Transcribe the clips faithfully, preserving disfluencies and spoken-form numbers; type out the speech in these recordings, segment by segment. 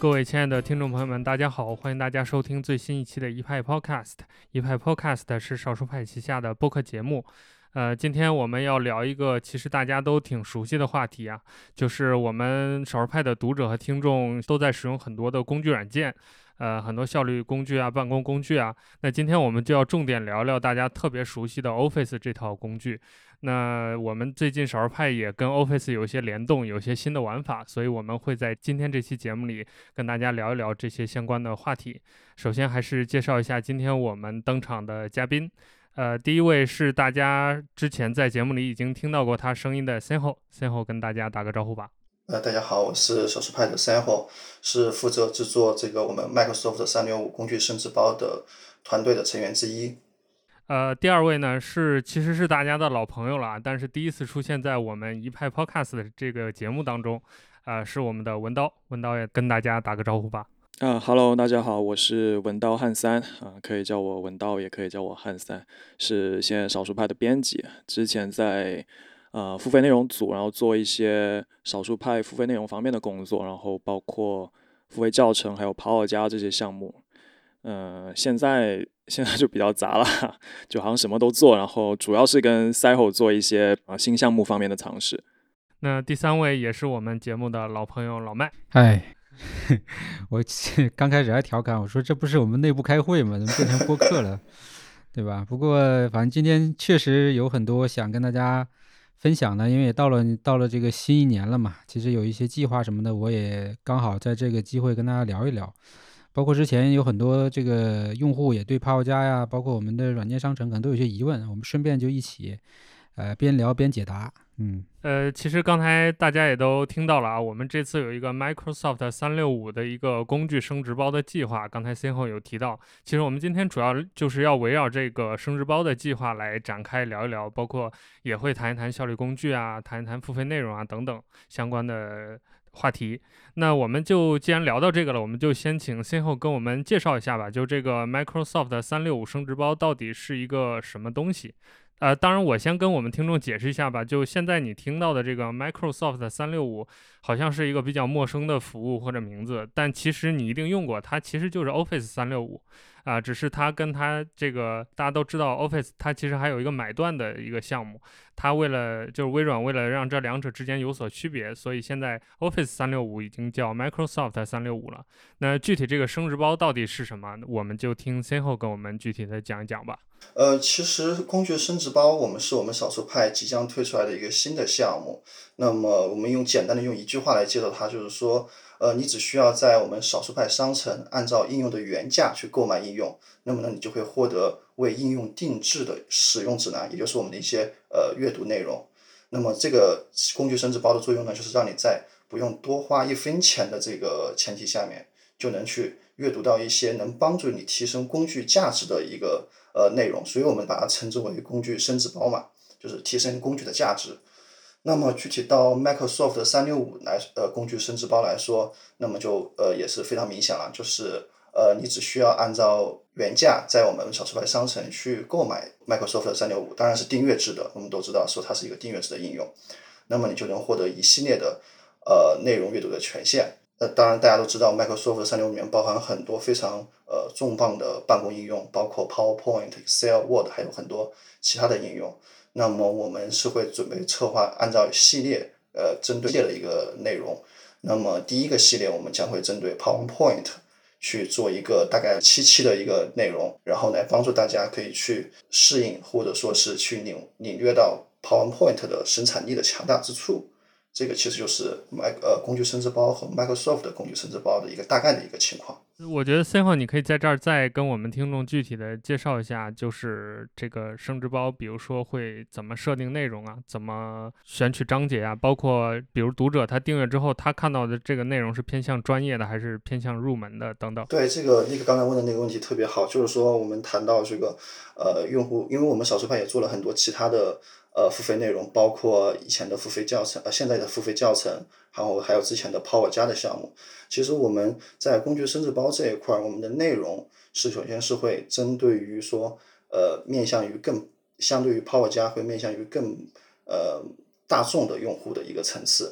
各位亲爱的听众朋友们，大家好，欢迎大家收听最新一期的一派 Podcast。一派 Podcast 是少数派旗下的播客节目。呃，今天我们要聊一个其实大家都挺熟悉的话题啊，就是我们少数派的读者和听众都在使用很多的工具软件，呃，很多效率工具啊、办公工具啊。那今天我们就要重点聊聊大家特别熟悉的 Office 这套工具。那我们最近少数派也跟 Office 有一些联动，有些新的玩法，所以我们会在今天这期节目里跟大家聊一聊这些相关的话题。首先还是介绍一下今天我们登场的嘉宾。呃，第一位是大家之前在节目里已经听到过他声音的 Senho，Senho 跟大家打个招呼吧。 呃，大家好，我是少数派的 Senho，是负责制作这个我们 Microsoft 三六五工具生殖包的团队的成员之一。 呃，第二位呢是其实是大家的老朋友了，但是第一次出现在我们一派 Podcast 的这个节目当中，呃，是我们的文刀，文刀也跟大家打个招呼吧。 啊哈喽，大家好，我是文刀汉三啊，可以叫我文刀，也可以叫我汉三，是现在少数派的编辑。之前在呃付费内容组，然后做一些少数派付费内容方面的工作，然后包括付费教程还有跑跑家这些项目。嗯、呃，现在现在就比较杂了，就好像什么都做，然后主要是跟 Cyho 做一些啊、呃、新项目方面的尝试。 那第三位也是我们节目的老朋友老麦。 哎，我刚开始还调侃我说这不是我们内部开会吗？怎么变成播客了，对吧？不过反正今天确实有很多想跟大家分享的，因为也到了到了这个新一年了嘛，其实有一些计划什么的，我也刚好在这个机会跟大家聊一聊。包括之前有很多这个用户也对泡泡家呀，包括我们的软件商城可能都有些疑问，我们顺便就一起呃边聊边解答。嗯。 呃，其实刚才大家也都听到了啊，我们这次有一个 Microsoft 三六五的一个工具生殖包的计划，刚才先后有提到。其实我们今天主要就是要围绕这个生殖包的计划来展开聊一聊，包括也会谈一谈效率工具啊，谈一谈付费内容啊等等相关的话题。那我们就既然聊到这个了，我们就先请先后跟我们介绍一下吧，就这个 Microsoft 三六五生殖包到底是一个什么东西。呃，当然，我先跟我们听众解释一下吧。就现在你听到的这个 Microsoft 三六五，好像是一个比较陌生的服务或者名字，但其实你一定用过，它其实就是 Office 三六五啊，只是它跟它这个大家都知道 Office，它其实还有一个买断的一个项目，它为了就是微软为了让这两者之间有所区别，所以现在 Office 三六五已经叫 Microsoft 三六五了。那具体这个生殖包到底是什么，我们就听先后跟我们具体的讲一讲吧。 呃，其实工具生殖包我们是我们少数派即将推出来的一个新的项目。那么我们用简单的用一句话来介绍它，就是说，呃，你只需要在我们少数派商城按照应用的原价去购买应用，那么呢，你就会获得为应用定制的使用指南，也就是我们的一些呃阅读内容。那么这个工具生殖包的作用呢，就是让你在不用多花一分钱的这个前提下面，就能去阅读到一些能帮助你提升工具价值的一个呃内容，所以我们把它称之为工具生殖包嘛，就是提升工具的价值。那么具体到 Microsoft 三六五来呃工具生殖包来说，那么就呃也是非常明显了，就是呃你只需要按照原价在我们少数派商城去购买 Microsoft 三六五，当然是订阅制的，我们都知道说它是一个订阅制的应用，那么你就能获得一系列的呃内容阅读的权限。呃，当然大家都知道 Microsoft 三六五里面包含很多非常呃重磅的办公应用，包括 PowerPoint、Excel、Word， 还有很多其他的应用。那么我们是会准备策划按照系列呃针对的一个内容。那么第一个系列我们将会针对 PowerPoint 去做一个大概七期的一个内容，然后来帮助大家可以去适应或者说是去领领略到 PowerPoint 的生产力的强大之处。这个其实就是呃工具生殖包和 Microsoft 的工具生殖包的一个大概的一个情况。 我觉得 C 号你可以在这儿再跟我们听众具体的介绍一下，就是这个生殖包，比如说会怎么设定内容啊，怎么选取章节啊，包括比如读者他订阅之后，他看到的这个内容是偏向专业的还是偏向入门的等等。 对，这个那个刚才问的那个问题特别好，就是说我们谈到这个呃用户，因为我们少数派也做了很多其他的呃付费内容，包括以前的付费教程，呃现在的付费教程，然后还有之前的 Power 加的项目。其实我们在工具生殖包这一块，我们的内容是首先是会针对于说呃面向于更相对于 Power 加会面向于更呃大众的用户的一个层次。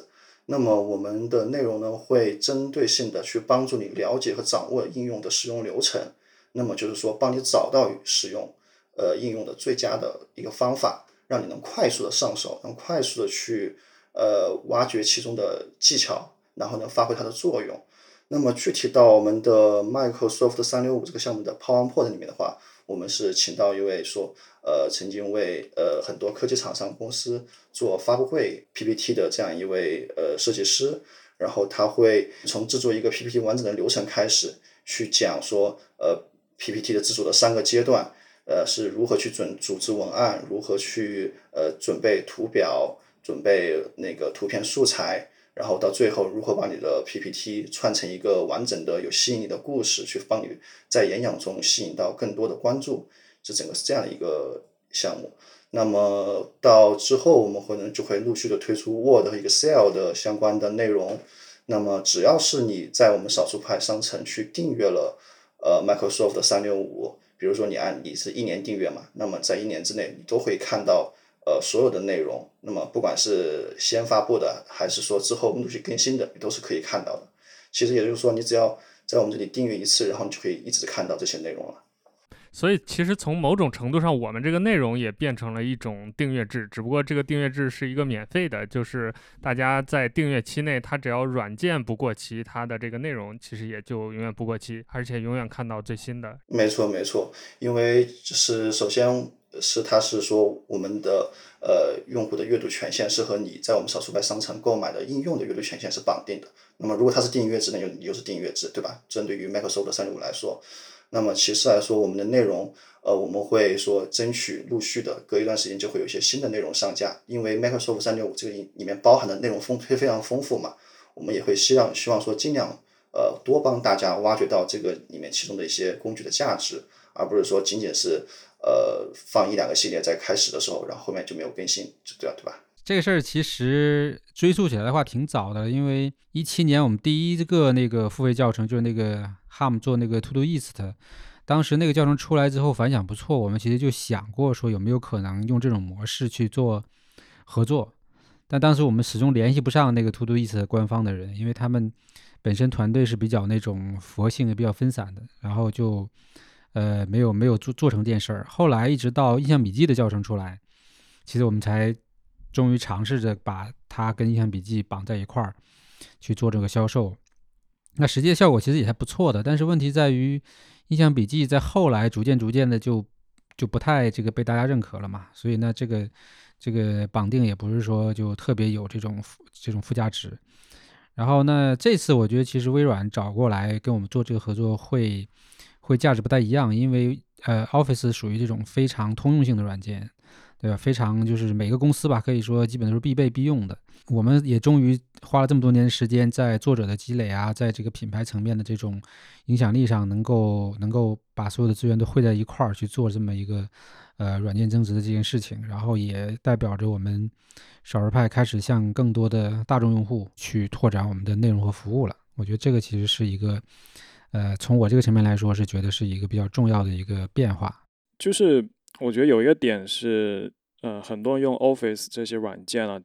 那么我们的内容呢，会针对性的去帮助你了解和掌握应用的使用流程，那么就是说帮你找到使用呃应用的最佳的一个方法，让你能快速的上手，能快速的去呃挖掘其中的技巧，然后呢发挥它的作用。那么具体到我们的 Microsoft 三六五这个项目的 PowerPoint 里面的话，我们是请到一位说呃曾经为呃很多科技厂商公司做发布会 P P T 的这样一位呃设计师，然后他会从制作一个 P P T 完整的流程开始，去讲说呃 P P T 的制作的三个阶段，呃是如何去准组织文案，如何去呃准备图表，准备那个图片素材，然后到最后如何把你的 P P T 串成一个完整的有吸引力的故事，去帮你在演讲中吸引到更多的关注，这整个是这样的一个项目。那么到之后我们可能就会陆续的推出 Word 和 Excel 的相关的内容，那么只要是你在我们少数派商城去订阅了呃 Microsoft 三六五，比如说你按你是一年订阅嘛，那么在一年之内你都会看到呃所有的内容，那么不管是先发布的还是说之后陆续更新的，你都是可以看到的。其实也就是说你只要在我们这里订阅一次，然后你就可以一直看到这些内容了。 所以其实从某种程度上，我们这个内容也变成了一种订阅制，只不过这个订阅制是一个免费的，就是大家在订阅期内，它只要软件不过期，它的这个内容其实也就永远不过期，而且永远看到最新的。 没错没错，因为是首先是它是说我们的呃用户的阅读权限是和你在我们少数派商城购买的应用的阅读权限是绑定的。那么如果它是订阅制，那就你就是订阅制，对吧？针对于 Microsoft 三六五来说。那么其次来说，我们的内容，呃，我们会说争取陆续的隔一段时间就会有一些新的内容上架，因为 Microsoft 三六五这个里面包含的内容丰非常丰富嘛，我们也会希望希望说尽量呃多帮大家挖掘到这个里面其中的一些工具的价值，而不是说仅仅是呃放一两个系列在开始的时候，然后后面就没有更新，就这样对吧？ 这个事儿其实追溯起来的话挺早的，因为一七年我们第一个那个付费教程就是那个 H A M 做那个 Todoist， 当时那个教程出来之后反响不错，我们其实就想过说有没有可能用这种模式去做合作，但当时我们始终联系不上那个 Todoist 官方的人，因为他们本身团队是比较那种佛性也比较分散的，然后就呃没有没有做做成这件事儿。后来一直到印象笔记的教程出来，其实我们才终于尝试着把它跟印象笔记绑在一块儿去做这个销售，那实际的效果其实也还不错的，但是问题在于印象笔记在后来逐渐逐渐的就就不太这个被大家认可了嘛，所以呢这个这个绑定也不是说就特别有这种这种附加值。然后呢这次我觉得其实微软找过来跟我们做这个合作会会价值不太一样，因为呃 Office 属于这种非常通用性的软件，对吧？非常就是每个公司吧，可以说基本都是必备必用的。我们也终于花了这么多年的时间，在作者的积累啊，在这个品牌层面的这种影响力上，能够能够把所有的资源都汇在一块儿去做这么一个呃软件增值的这件事情，然后也代表着我们少数派开始向更多的大众用户去拓展我们的内容和服务了。我觉得这个其实是一个呃从我这个层面来说是觉得是一个比较重要的一个变化。 就是我觉得有一个点是，呃，很多人用 Office 这些软件啊，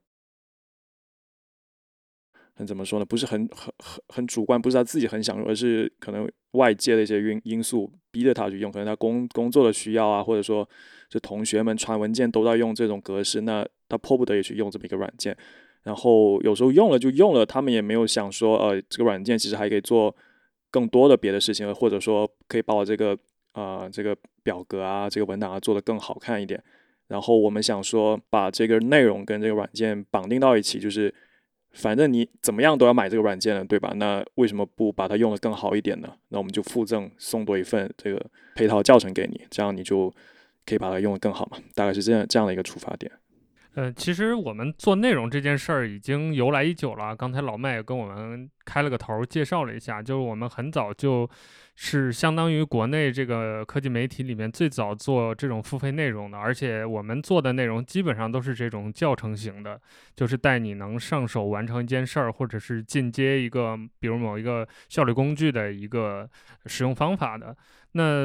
很怎么说呢？不是很很很很主观，不是他自己很想用，而是可能外界的一些因因素逼着他去用，可能他工工作的需要啊，或者说是同学们传文件都在用这种格式，那他迫不得已去用这么一个软件，然后有时候用了就用了，他们也没有想说，呃，这个软件其实还可以做更多的别的事情，或者说可以把我这个呃这个表格啊，这个文档啊做得更好看一点。然后我们想说把这个内容跟这个软件绑定到一起，就是反正你怎么样都要买这个软件了，对吧？那为什么不把它用得更好一点呢？那我们就附赠送多一份这个配套教程给你，这样你就可以把它用得更好嘛。大概是这样这样的一个出发点。 呃，其实我们做内容这件事儿已经由来已久了。刚才老麦也跟我们开了个头，介绍了一下，就是我们很早就是相当于国内这个科技媒体里面最早做这种付费内容的，而且我们做的内容基本上都是这种教程型的，就是带你能上手完成一件事儿，或者是进阶一个比如某一个效率工具的一个使用方法的。那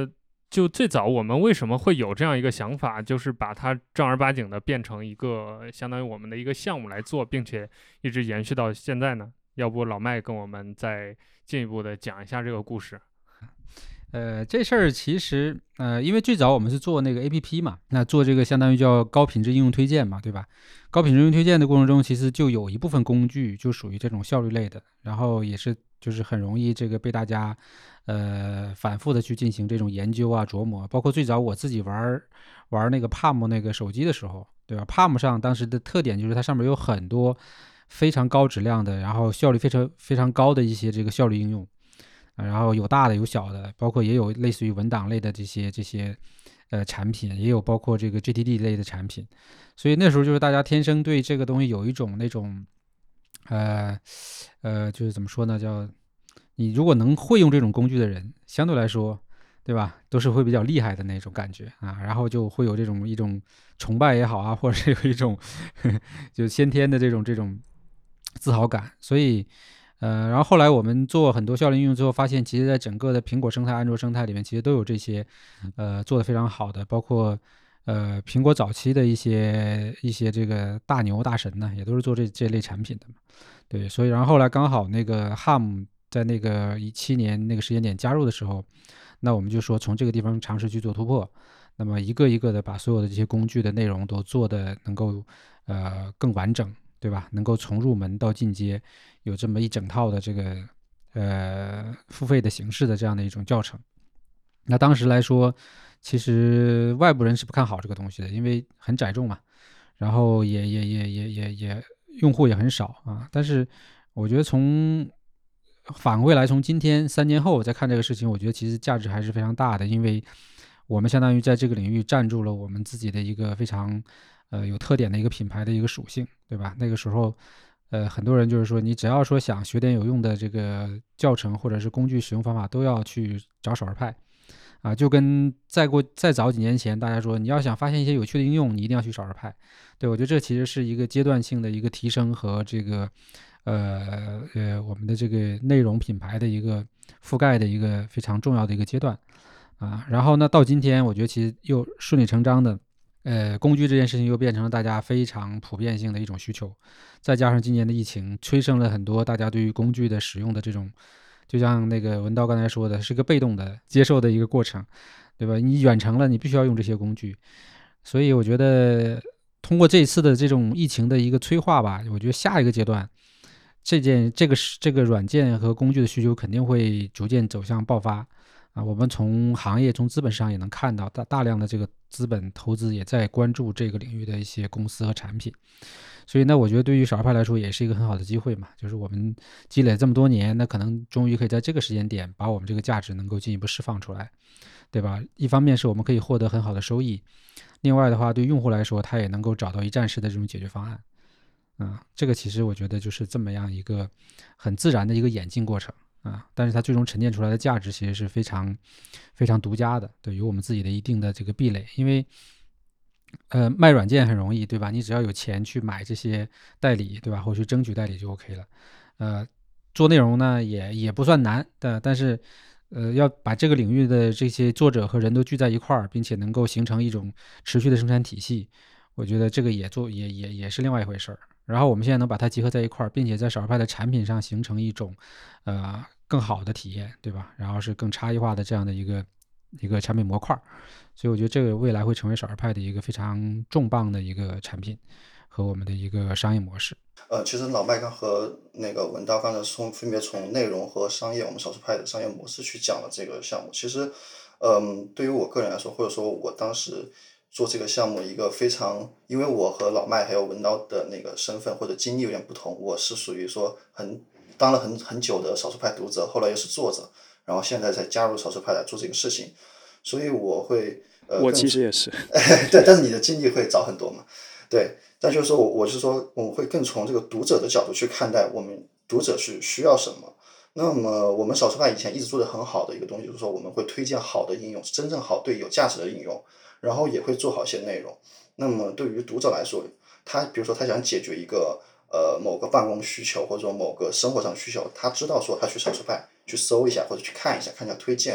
就最早我们为什么会有这样一个想法，就是把它正儿八经的变成一个相当于我们的一个项目来做，并且一直延续到现在呢？要不老麦跟我们再进一步的讲一下这个故事。 呃，这事儿其实呃，因为最早我们是做那个 A P P 嘛，那做这个相当于叫高品质应用推荐嘛，对吧？高品质应用推荐的过程中，其实就有一部分工具就属于这种效率类的，然后也是就是很容易这个被大家呃反复的去进行这种研究啊琢磨。包括最早我自己玩玩那个 Palm 那个手机的时候，对吧 ？Palm 上当时的特点就是它上面有很多非常高质量的，然后效率非常非常高的一些这个效率应用。然后有大的有小的，包括也有类似于文档类的这些这些呃产品，也有包括这个 G T D 类的产品，所以那时候就是大家天生对这个东西有一种那种呃呃就是怎么说呢，叫你如果能会用这种工具的人，相对来说，对吧，都是会比较厉害的那种感觉啊，然后就会有这种一种崇拜也好啊，或者是有一种呵呵就先天的这种这种自豪感，所以。呃，然后后来我们做很多效率应用之后，发现其实在整个的苹果生态、安卓生态里面，其实都有这些，呃，做的非常好的，包括呃苹果早期的一些一些这个大牛大神呢，也都是做这这类产品的嘛。对，所以然后后来刚好那个 H A M 在那个一七年那个时间点加入的时候，那我们就说从这个地方尝试去做突破，那么一个一个的把所有的这些工具的内容都做的能够呃更完整。对吧？能够从入门到进阶，有这么一整套的这个呃付费的形式的这样的一种教程。那当时来说，其实外部人是不看好这个东西的，因为很窄众嘛，然后也也也也也也用户也很少啊。但是我觉得从反过来，从今天三年后再看这个事情，我觉得其实价值还是非常大的，因为我们相当于在这个领域站住了我们自己的一个非常。呃，有特点的一个品牌的一个属性，对吧？那个时候，呃，很多人就是说，你只要说想学点有用的这个教程或者是工具使用方法，都要去找少儿派，啊，就跟再过再早几年前，大家说你要想发现一些有趣的应用，你一定要去少儿派。对，我觉得这其实是一个阶段性的一个提升和这个，呃呃，我们的这个内容品牌的一个覆盖的一个非常重要的一个阶段，啊，然后呢，到今天，我觉得其实又顺理成章的。呃，工具这件事情又变成了大家非常普遍性的一种需求，再加上今年的疫情，催生了很多大家对于工具的使用的这种，就像那个文道刚才说的，是个被动的接受的一个过程，对吧？你远程了，你必须要用这些工具，所以我觉得通过这一次的这种疫情的一个催化吧，我觉得下一个阶段，这件这个这个软件和工具的需求肯定会逐渐走向爆发。啊，我们从行业、从资本市场也能看到大大量的这个资本投资也在关注这个领域的一些公司和产品，所以呢，我觉得对于少儿派来说也是一个很好的机会嘛，就是我们积累这么多年，那可能终于可以在这个时间点把我们这个价值能够进一步释放出来，对吧？一方面是我们可以获得很好的收益，另外的话，对用户来说，他也能够找到一站式的这种解决方案。嗯，这个其实我觉得就是这么样一个很自然的一个演进过程。啊，但是它最终沉淀出来的价值其实是非常非常独家的，对，有我们自己的一定的这个壁垒。因为呃卖软件很容易，对吧？你只要有钱去买这些代理，对吧？或者去争取代理就 OK 了。呃，做内容呢也也不算难的，但是呃要把这个领域的这些作者和人都聚在一块儿，并且能够形成一种持续的生产体系，我觉得这个也做也也也是另外一回事儿。然后我们现在能把它结合在一块儿，并且在少儿派的产品上形成一种，呃，更好的体验，对吧？然后是更差异化的这样的一个一个产品模块，所以我觉得这个未来会成为少儿派的一个非常重磅的一个产品和我们的一个商业模式。 呃，其实老麦刚和那个文道刚才从分别从内容和商业，我们少数派的商业模式去讲了这个项目。其实，嗯，对于我个人来说，或者说我当时。做这个项目一个非常，因为我和老麦还有文刀的那个身份或者经历有点不同，我是属于说很当了很很久的少数派读者，后来又是作者，然后现在才加入少数派来做这个事情，所以我会呃， 我其实也是， 对，但是你的经历会早很多嘛，对，但就是说我我是说我们会更从这个读者的角度去看待我们读者是需要什么。那么我们少数派以前一直做的很好的一个东西，就是说我们会推荐好的应用，真正好对有价值的应用。然后也会做好一些内容。那么对于读者来说，他比如说他想解决一个呃某个办公需求，或者说某个生活上需求，他知道说他去少数派去搜一下或者去看一下看一下推荐，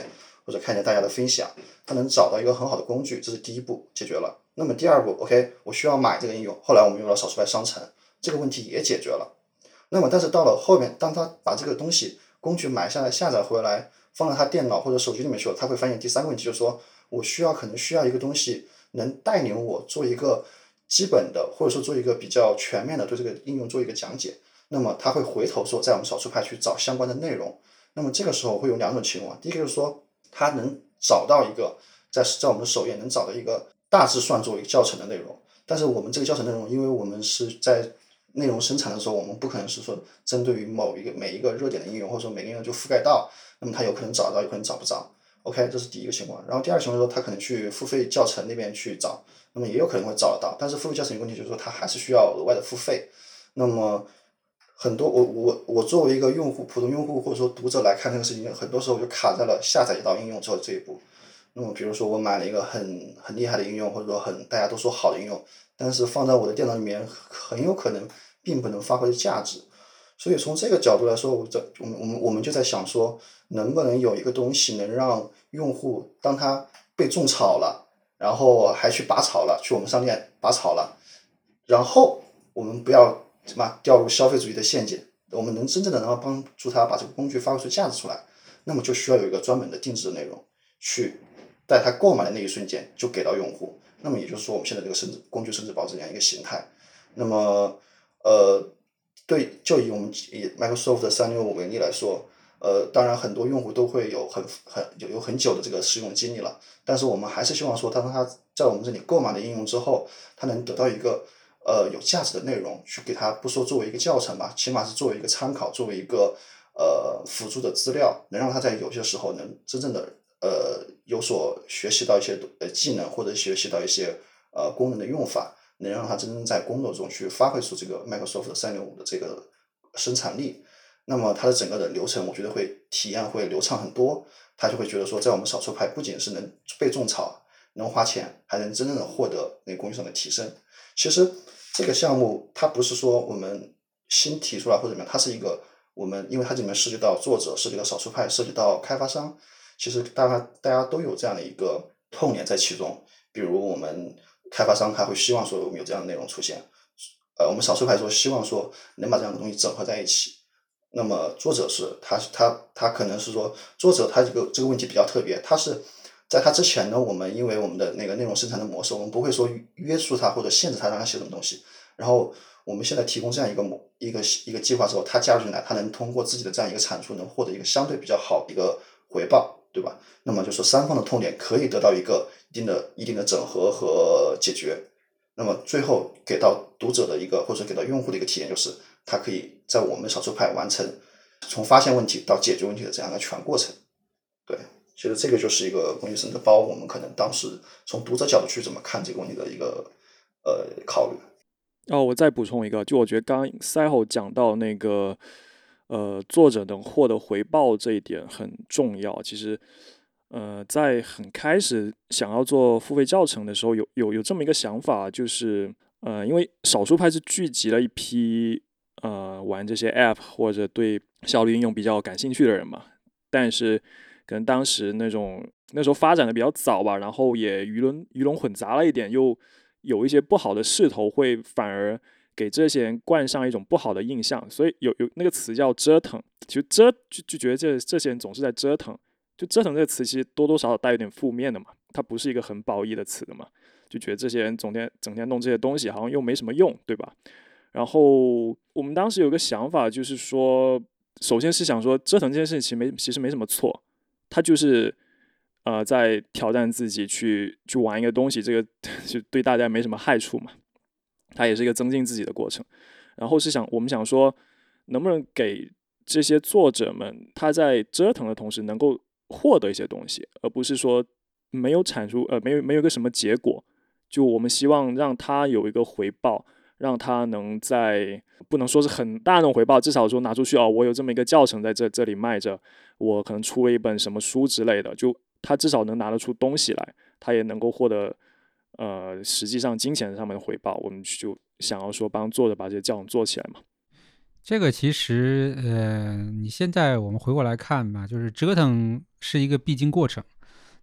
或者看见大家的分享，它能找到一个很好的工具，这是第一步解决了。那么第二步 OK 我需要买这个应用，后来我们用了少数派商城，这个问题也解决了。那么但是到了后面，当他把这个东西工具买下来下载回来放到他电脑或者手机里面去了，他会发现第三个问题就是说，我需要可能需要一个东西能带领我做一个基本的或者说做一个比较全面的对这个应用做一个讲解，那么他会回头说在我们少数派去找相关的内容。那么这个时候会有两种情况，第一个就是说他能找到一个在在我们的首页能找到一个大致算作为教程的内容，但是我们这个教程内容因为我们是在内容生产的时候，我们不可能是说针对于某一个每一个热点的应用或者说每个应用就覆盖到，那么他有可能找到有可能找不着 OK 这是第一个情况。然后第二个情况说他可能去付费教程那边去找，那么也有可能会找得到，但是付费教程有问题就是说他还是需要额外的付费。那么很多我我我作为一个用户普通用户或者说读者来看这个事情，很多时候就卡在了下载到应用之后这一步。那么比如说我买了一个很很厉害的应用，或者说很大家都说好的应用，但是放在我的电脑里面很有可能并不能发挥价值。所以从这个角度来说，我这我们我们我们就在想说，能不能有一个东西能让用户当他被种草了，然后还去拔草了，去我们商店拔草了，然后我们不要什么掉入消费主义的陷阱，我们能真正的能够帮助他把这个工具发挥出价值出来，那么就需要有一个专门的定制的内容去在他购买的那一瞬间就给到用户。那么也就是说我们现在这个升值工具升值包这样一个形态。那么呃，对，就以我们以 Microsoft 三六五为例来说，呃，当然很多用户都会有很很有有很久的这个使用经历了，但是我们还是希望说，当他在我们这里购买的应用之后，他能得到一个呃有价值的内容，去给他不说作为一个教程吧，起码是作为一个参考，作为一个呃辅助的资料，能让他在有些时候能真正的呃有所学习到一些呃技能，或者学习到一些呃功能的用法，能让他真正在工作中去发挥出这个 Microsoft 三六五的这个生产力。那么它的整个的流程我觉得会体验会流畅很多，他就会觉得说在我们少数派不仅是能被种草能花钱，还能真正的获得那个工具上的提升。其实这个项目它不是说我们新提出来或者怎么样，它是一个我们因为它里面涉及到作者，涉及到少数派，涉及到开发商，其实大家大家都有这样的一个痛点在其中。比如我们开发商他会希望说我们有这样的内容出现，呃，我们少数派说希望说能把这样的东西整合在一起。那么作者是他他他可能是说作者他这个这个问题比较特别，他是在他之前呢，我们因为我们的那个内容生产的模式，我们不会说约束他或者限制他让他写什么东西。然后我们现在提供这样一个模一个一个计划之后，他加入进来，他能通过自己的这样一个产出，能获得一个相对比较好的一个回报，对吧？那么就说三方的痛点可以得到一个一定的一定的整合和解决。那么最后给到读者的一个或者给到用户的一个体验就是，他可以在我们少数派完成从发现问题到解决问题的这样一个全过程。对，其实这个就是一个工具升值包，我们可能当时从读者角度去怎么看这个问题的一个呃考虑。 哦，我再补充一个，就我觉得刚刚赛后讲到那个呃作者能获得回报这一点很重要。其实呃在很开始想要做付费教程的时候，有有有这么一个想法，就是呃因为少数派是聚集了一批呃玩这些 app 或者对效率应用比较感兴趣的人嘛，但是可能当时那种那时候发展的比较早吧，然后也鱼龙鱼龙混杂了一点，又有一些不好的势头，会反而给这些人冠上一种不好的印象，所以有有那个词叫折腾，其实折就就觉得这这些人总是在折腾，就折腾这个词其实多多少少带有点负面的嘛，它不是一个很褒义的词的嘛，就觉得这些人总天整天弄这些东西好像又没什么用，对吧？然后我们当时有个想法，就是说，首先是想说折腾这件事情其实没其实没什么错，它就是呃在挑战自己去去玩一个东西，这个就对大家没什么害处嘛，它也是一个增进自己的过程。然后是想我们想说，能不能给这些作者们他在折腾的同时能够获得一些东西，而不是说没有产出呃没有没有一个什么结果，就我们希望让他有一个回报。让他能在不能说是很大那种回报，至少说拿出去哦，我有这么一个教程在这这里卖着，我可能出了一本什么书之类的，就他至少能拿得出东西来，他也能够获得呃实际上金钱上面的回报。我们就想要说帮作者把这些教程做起来嘛。 这个其实呃，你现在我们回过来看吧，就是折腾是一个必经过程。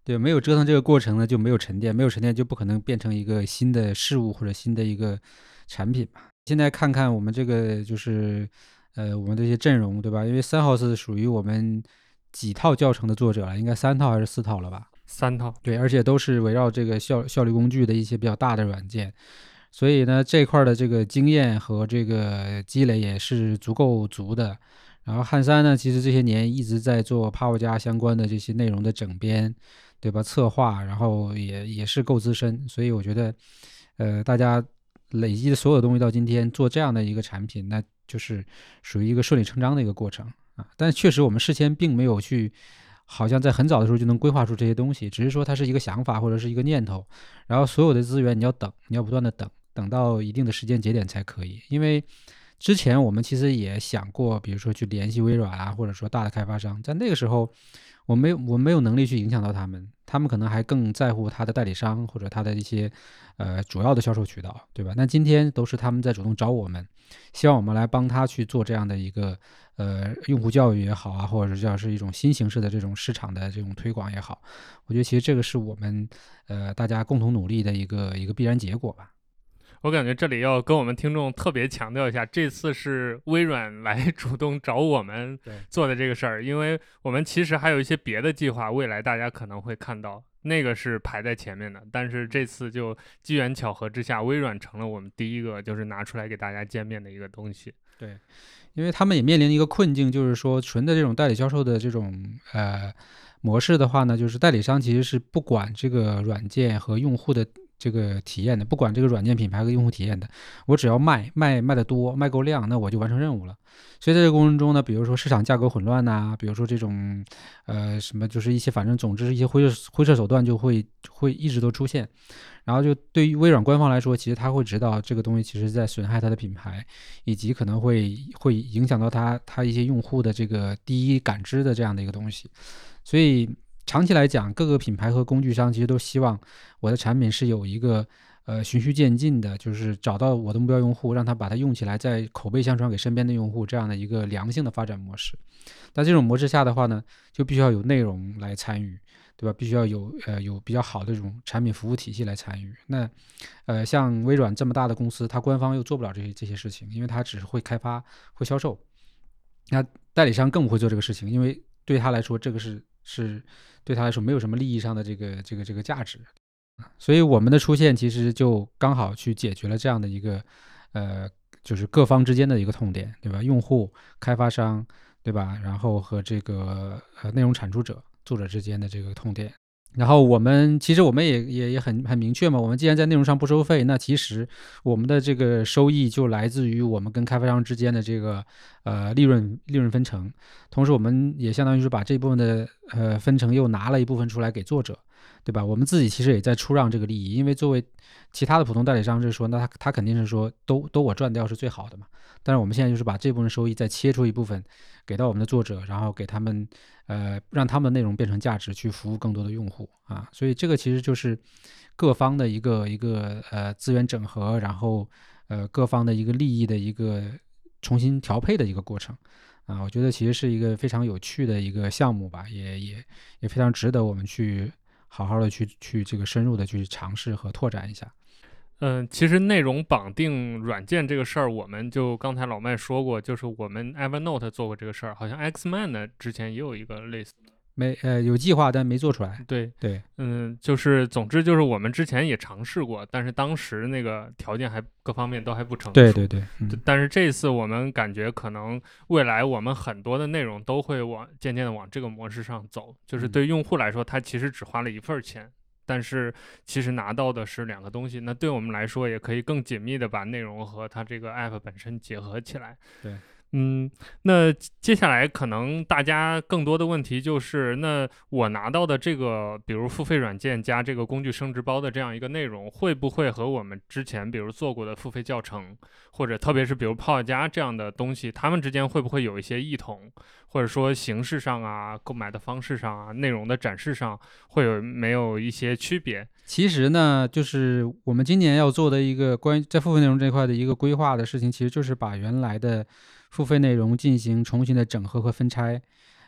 对，没有折腾这个过程呢，就没有沉淀，没有沉淀就不可能变成一个新的事物或者新的一个产品嘛。现在看看我们这个就是呃我们这些阵容，对吧？因为三号是属于我们几套教程的作者了，应该三套还是四套了吧？ 三套。 对，而且都是围绕这个效效率工具的一些比较大的软件，所以呢这一块的这个经验和这个积累也是足够足的。然后汉三呢，其实这些年一直在做 Power 加相关的这些内容的整编，对吧？策划，然后也也是够资深，所以我觉得，呃，大家累积的所有东西到今天做这样的一个产品，那就是属于一个顺理成章的一个过程啊。但确实我们事先并没有去，好像在很早的时候就能规划出这些东西，只是说它是一个想法或者是一个念头，然后所有的资源你要等，你要不断的等，等到一定的时间节点才可以，因为。之前我们其实也想过，比如说去联系微软啊，或者说大的开发商，在那个时候，我没有我没有能力去影响到他们，他们可能还更在乎他的代理商或者他的一些呃主要的销售渠道，对吧？那今天都是他们在主动找我们，希望我们来帮他去做这样的一个呃用户教育也好啊，或者叫是一种新形式的这种市场的这种推广也好，我觉得其实这个是我们呃大家共同努力的一个一个必然结果吧。 我感觉这里要跟我们听众特别强调一下，这次是微软来主动找我们做的这个事儿，因为我们其实还有一些别的计划，未来大家可能会看到，那个是排在前面的。但是这次就机缘巧合之下，微软成了我们第一个就是拿出来给大家见面的一个东西。 对，因为他们也面临一个困境，就是说纯的这种代理销售的这种呃模式的话呢，就是代理商其实是不管这个软件和用户的这个体验的，不管这个软件品牌和用户体验的，我只要卖卖卖的多，卖够量，那我就完成任务了。所以在这个过程中呢，比如说市场价格混乱呐、啊，比如说这种呃什么，就是一些反正总之一些灰色灰色手段就会会一直都出现。然后就对于微软官方来说，其实他会知道这个东西其实在损害它的品牌，以及可能会会影响到他他一些用户的这个第一感知的这样的一个东西。所以长期来讲，各个品牌和工具商其实都希望我的产品是有一个呃循序渐进的，就是找到我的目标用户，让他把它用起来，再口碑相传给身边的用户，这样的一个良性的发展模式。但这种模式下的话呢，就必须要有内容来参与，对吧？必须要有呃有比较好的这种产品服务体系来参与。那呃像微软这么大的公司，它官方又做不了这些这些事情，因为它只是会开发、会销售。那代理商更不会做这个事情，因为对他来说，这个是是对他来说没有什么利益上的这个这个这个价值。所以我们的出现其实就刚好去解决了这样的一个呃就是各方之间的一个痛点，对吧？用户、开发商，对吧？然后和这个呃内容产出者、作者之间的这个痛点。然后我们其实我们也也也很很明确嘛，我们既然在内容上不收费，那其实我们的这个收益就来自于我们跟开发商之间的这个呃利润利润分成，同时我们也相当于是把这部分的呃分成又拿了一部分出来给作者，对吧？我们自己其实也在出让这个利益，因为作为其他的普通代理商就是说，那他他肯定是说都都我赚掉是最好的嘛。但是我们现在就是把这部分收益再切出一部分给到我们的作者，然后给他们呃让他们的内容变成价值，去服务更多的用户啊。所以这个其实就是各方的一个一个呃资源整合，然后呃各方的一个利益的一个重新调配的一个过程啊。我觉得其实是一个非常有趣的一个项目吧，也也也非常值得我们去好好的去去这个深入的去尝试和拓展一下。 嗯，其实内容绑定软件这个事儿，我们就刚才老麦说过，就是我们 Evernote 做过这个事儿，好像 Xman 呢之前也有一个类似的， 没呃有计划但没做出来。 对对， 嗯，就是总之就是我们之前也尝试过，但是当时那个条件还各方面都还不成熟。 对对对，嗯、 但是这次我们感觉可能未来我们很多的内容都会往渐渐的往这个模式上走，就是对用户来说，他其实只花了一份钱。但是其实拿到的是两个东西，那对我们来说也可以更紧密的把内容和它这个 app 本身结合起来。 对， 嗯，那接下来可能大家更多的问题就是，那我拿到的这个，比如付费软件加这个工具升值包的这样一个内容，会不会和我们之前比如做过的付费教程，或者特别是比如泡加这样的东西，他们之间会不会有一些异同，或者说形式上啊、购买的方式上啊、内容的展示上，会有没有一些区别？ 其实呢，就是我们今年要做的一个关于在付费内容这块的一个规划的事情，其实就是把原来的付费内容进行重新的整合和分拆。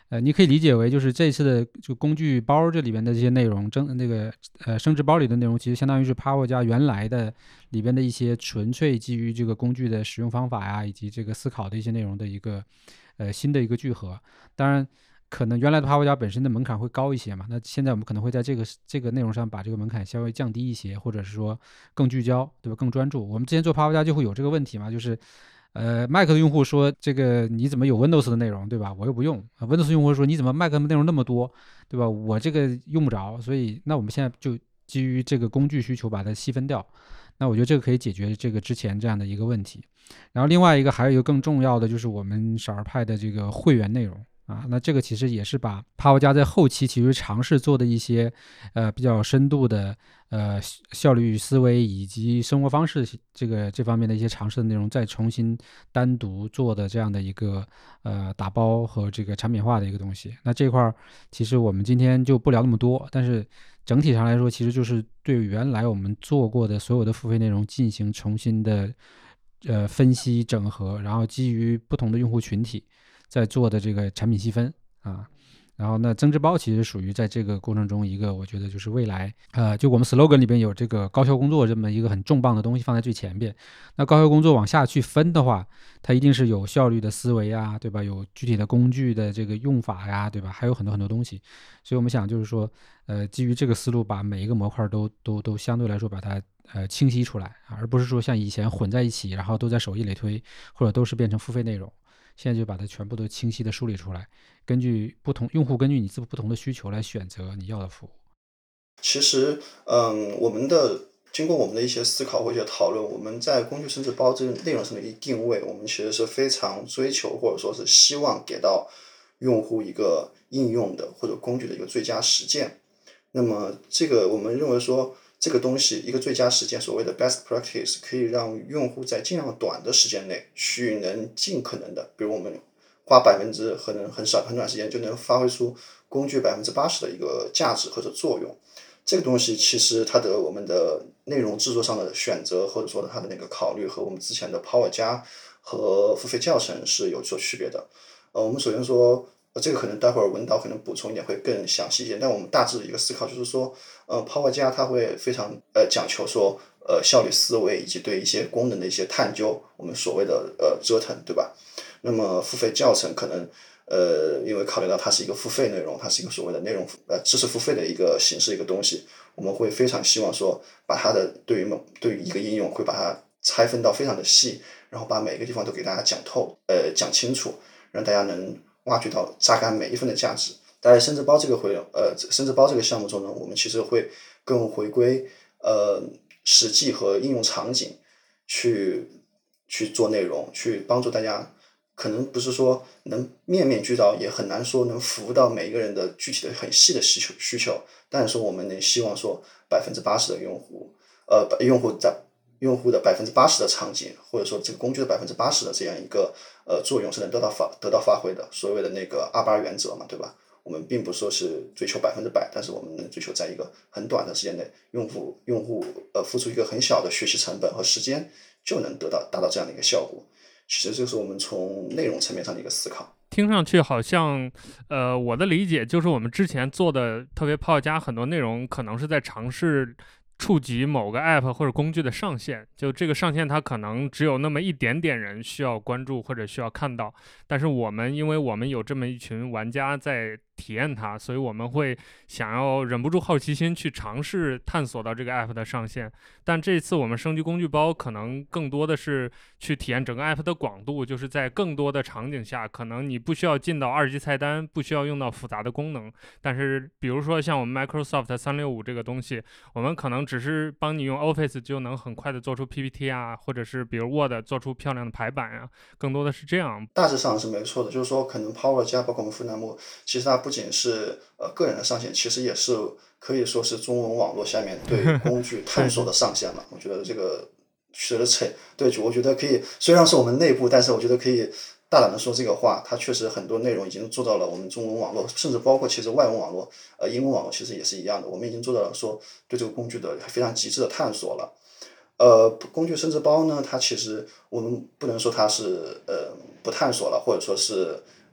呃，你可以理解为就是这次的这个工具包这里边的这些内容，增那个呃升值包里的内容，其实相当于是 Power 加原来的里边的一些纯粹基于这个工具的使用方法呀，以及这个思考的一些内容的一个呃新的一个聚合。当然，可能原来的 Power 加本身的门槛会高一些嘛，那现在我们可能会在这个这个内容上把这个门槛稍微降低一些，或者是说更聚焦，对吧？更专注。我们之前做 Power 加就会有这个问题嘛，就是呃，Mac 的用户说这个你怎么有 Windows 的内容，对吧？我又不用。啊 Windows 用户说你怎么 Mac 的内容那么多，对吧？我这个用不着，所以那我们现在就基于这个工具需求把它细分掉。那我觉得这个可以解决这个之前这样的一个问题。然后另外一个还有一个更重要的就是我们少儿派的这个会员内容。啊，那这个其实也是把 Power 加在后期其实尝试做的一些呃比较深度的呃效率思维以及生活方式这个这方面的一些尝试的内容，再重新单独做的这样的一个呃打包和这个产品化的一个东西。那这块其实我们今天就不聊那么多，但是整体上来说，其实就是对原来我们做过的所有的付费内容进行重新的呃分析整合，然后基于不同的用户群体在做的这个产品细分啊。然后那增值包其实属于在这个过程中一个，我觉得就是未来，呃，就我们 slogan 里边有这个高效工作这么一个很重磅的东西放在最前边。那高效工作往下去分的话，它一定是有效率的思维啊，对吧？有具体的工具的这个用法呀，对吧？还有很多很多东西。所以我们想就是说，呃，基于这个思路，把每一个模块都都都相对来说把它呃清晰出来啊，而不是说像以前混在一起，然后都在首页里推，或者都是变成付费内容。现在就把它全部都清晰的梳理出来，根据不同用户根据你自不同的需求来选择你要的服务。 其实，嗯，我们的经过我们的一些思考或者讨论，我们在工具升值包这个内容上的一个定位，我们其实是非常追求或者说是希望给到用户一个应用的或者工具的一个最佳实践。那么这个我们认为说，这个东西一个最佳实践，所谓的 best practice， 可以让用户在尽量短的时间内去能尽可能的，比如我们花百分之可能很少很短时间就能发挥出工具百分之八十的一个价值或者作用。这个东西其实它的我们的内容制作上的选择，或者说它的那个考虑和我们之前的 Power 加和付费教程是有所区别的。呃，我们首先说，呃，这个可能待会儿文导可能补充一点会更详细一点，但我们大致的一个思考就是说，呃，Power 加它会非常呃讲求说，呃，效率思维以及对一些功能的一些探究，我们所谓的呃折腾，对吧？那么付费教程可能。呃，因为考虑到它是一个付费内容，它是一个所谓的内容呃知识付费的一个形式一个东西，我们会非常希望说，把它的对于某对于一个应用会把它拆分到非常的细，然后把每个地方都给大家讲透，呃讲清楚，让大家能挖掘到榨干每一分的价值。在升值包这个回呃升值包这个项目中呢，我们其实会更回归呃实际和应用场景去去做内容，去帮助大家。可能不是说能面面俱到，也很难说能服务到每一个人的具体的很细的需求需求。但是说我们能希望说百分之八十的用户，呃，用户在用户的百分之八十的场景，或者说这个工具的百分之八十的这样一个呃作用是能得到发得到发挥的。所谓的那个二八原则嘛，对吧？我们并不说是追求百分之百，但是我们能追求在一个很短的时间内，用户用户呃付出一个很小的学习成本和时间，就能得到达到这样的一个效果。其实这是我们从内容层面上的一个思考。 听上去好像，呃，我的理解就是我们之前做的特别Power加很多内容，可能是在尝试触及某个 app 或者工具的上限，就这个上限它可能只有那么一点点人需要关注或者需要看到，但是我们因为我们有这么一群玩家在体验它，所以我们会想要忍不住好奇心去尝试探索到这个 app 的上限。但这次我们升级工具包可能更多的是去体验整个 app 的广度，就是在更多的场景下，可能你不需要进到二级菜单，不需要用到复杂的功能，但是比如说像我们 Microsoft 三六五这个东西，我们可能只是帮你用 Office 就能很快的做出 P P T 啊，或者是比如 Word 做出漂亮的排版啊，更多的是这样。 大致上是没错的，就是说可能 Power 加包括我们富南木，其实它不仅是呃个人的上限，其实也是可以说是中文网络下面对工具探索的上限嘛。我觉得这个取得扯对，我觉得可以，虽然是我们内部，但是我觉得可以大胆的说这个话，它确实很多内容已经做到了我们中文网络，甚至包括其实外文网络，呃，英文网络其实也是一样的，我们已经做到了说对这个工具的非常极致的探索了。呃，工具升值包呢，它其实我们不能说它是呃不探索了，或者说是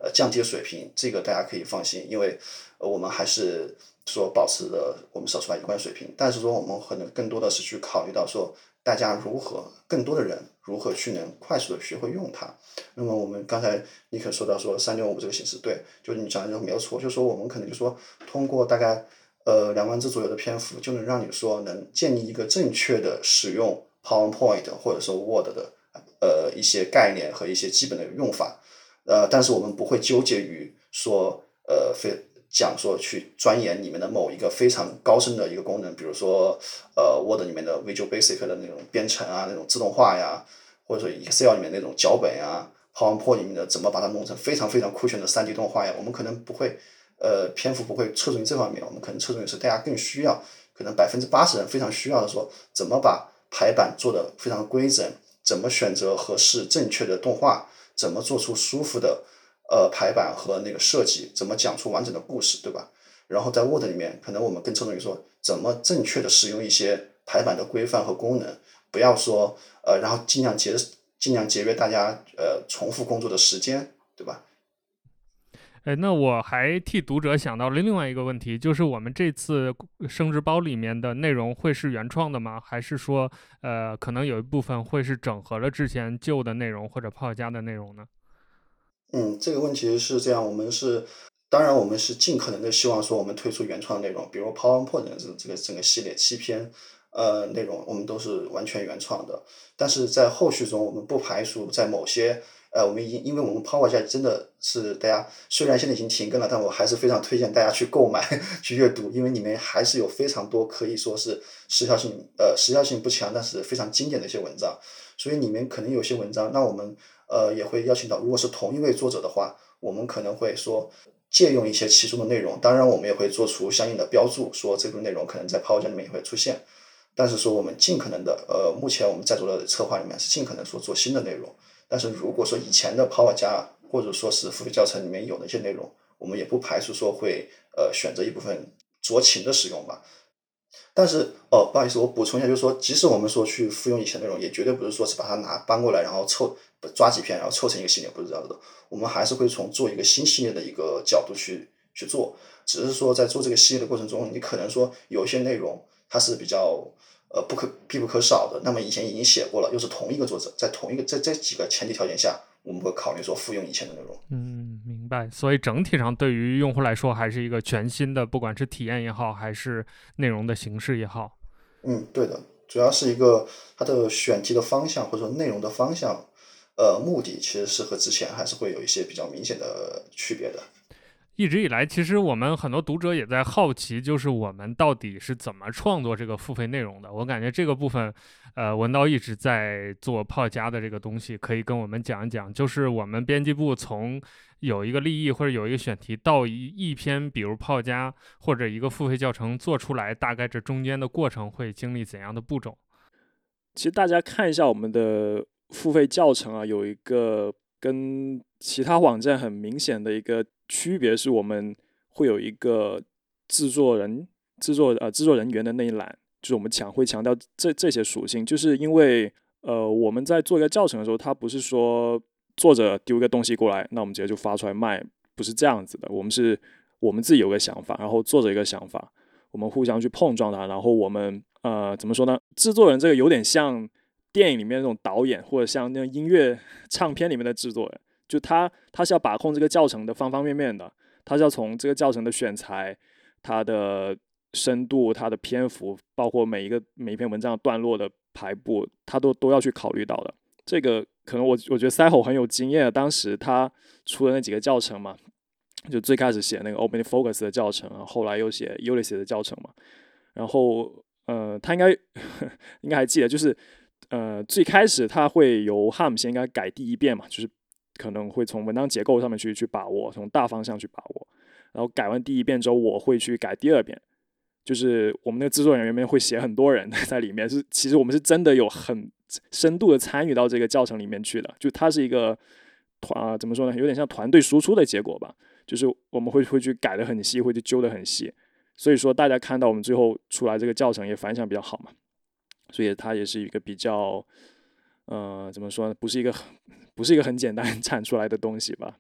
呃降低的水平，这个大家可以放心，因为呃我们还是说保持了我们少数派一贯水平，但是说我们可能更多的是去考虑到说大家如何更多的人如何去能快速的学会用它。那么我们刚才尼克说到说三点五这个形式，对，就是你讲的没有错，就是说我们可能就说通过大概呃两万字左右的篇幅，就能让你说能建立一个正确的使用 PowerPoint 或者说 Word 的呃一些概念和一些基本的用法。呃，但是我们不会纠结于说呃非讲说去钻研里面的某一个非常高深的一个功能，比如说呃 Word 里面的 Visual Basic 的那种编程啊，那种自动化呀，或者说 Excel 里面那种脚本呀，PowerPoint 里面的怎么把它弄成非常非常酷炫的 三 D 动画呀，我们可能不会呃篇幅不会侧重于这方面，我们可能侧重于是大家更需要，可能百分之八十人非常需要的说怎么把排版做得非常规整，怎么选择合适正确的动画，怎么做出舒服的呃排版和那个设计，怎么讲出完整的故事，对吧？然后在 Word 里面，可能我们更侧重于说怎么正确的使用一些排版的规范和功能，不要说呃，然后尽量节尽量节约大家呃重复工作的时间，对吧？ 哎，那我还替读者想到了另外一个问题，就是我们这次生殖包里面的内容会是原创的吗？还是说，呃，可能有一部分会是整合了之前旧的内容或者泡家的内容呢？ 嗯，这个问题是这样，我们是，当然我们是尽可能的希望说我们推出原创的内容，比如 PowerPoint 的这这个整个系列七篇，呃，内容我们都是完全原创的。但是在后续中，我们不排除在某些，呃，我们已经因为我们 Power 家真的是大家虽然现在已经停更了，但我还是非常推荐大家去购买去阅读，因为里面还是有非常多可以说是时效性呃时效性不强，但是非常经典的一些文章。所以里面可能有些文章，那我们呃也会邀请到，如果是同一位作者的话，我们可能会说借用一些其中的内容，当然我们也会做出相应的标注，说这部内容可能在 Power 家里面也会出现。但是说我们尽可能的，呃，目前我们在做的策划里面是尽可能说做新的内容。但是如果说以前的 Power 家或者说是付费教程里面有的一些内容，我们也不排除说会呃选择一部分酌情的使用吧。但是哦，不好意思，我补充一下，就是说，即使我们说去复用以前内容，也绝对不是说是把它拿搬过来，然后凑抓几篇，然后凑成一个系列，不是这样的。我们还是会从做一个新系列的一个角度去去做，只是说在做这个系列的过程中，你可能说有一些内容它是比较呃不可必不可少的，那么以前已经写过了，又是同一个作者，在同一个在这几个前提条件下，我们会考虑说复用以前的内容。 嗯，明白。所以整体上对于用户来说，还是一个全新的，不管是体验也好，还是内容的形式也好。 嗯，对的，主要是一个它的选题的方向或者说内容的方向，呃，目的其实是和之前还是会有一些比较明显的区别的。 一直以来，其实我们很多读者也在好奇，就是我们到底是怎么创作这个付费内容的。我感觉这个部分，呃，文道一直在做泡家的这个东西，可以跟我们讲一讲。就是我们编辑部从有一个立意或者有一个选题到一一篇，比如泡家或者一个付费教程做出来，大概这中间的过程会经历怎样的步骤？ 其实大家看一下我们的付费教程啊，有一个跟其他网站很明显的一个区别是，我们会有一个制作人、制作呃制作人员的那一栏，就是我们强会强调这这些属性，就是因为呃我们在做一个教程的时候，它不是说作者丢一个东西过来，那我们直接就发出来卖，不是这样子的。我们是我们自己有个想法，然后作者一个想法，我们互相去碰撞它，然后我们呃怎么说呢？制作人这个有点像电影里面那种导演，或者像那种音乐唱片里面的制作人，就他他是要把控这个教程的方方面面的，他是要从这个教程的选材、它的深度、它的篇幅，包括每一个每一篇文章的段落的排布，他都都要去考虑到的。这个可能我我觉得 Cyho 很有经验，当时他出的那几个教程嘛，就最开始写那个 OpenFocus 的教程，后来又写 Ulysses 的教程嘛，然后呃，他应该应该还记得，就是呃最开始他会由 Ham 先应该改第一遍嘛，就是可能会从文章结构上面去去把握，从大方向去把握，然后改完第一遍之后，我会去改第二遍。就是我们那个制作人员里面会写很多人在里面，是其实我们是真的有很深度的参与到这个教程里面去的，就它是一个团、呃、怎么说呢，有点像团队输出的结果吧，就是我们会会去改得很细，会去揪得很细，所以说大家看到我们最后出来这个教程也反响比较好嘛，所以它也是一个比较呃怎么说呢，不是一个不是一个很简单产出来的东西吧。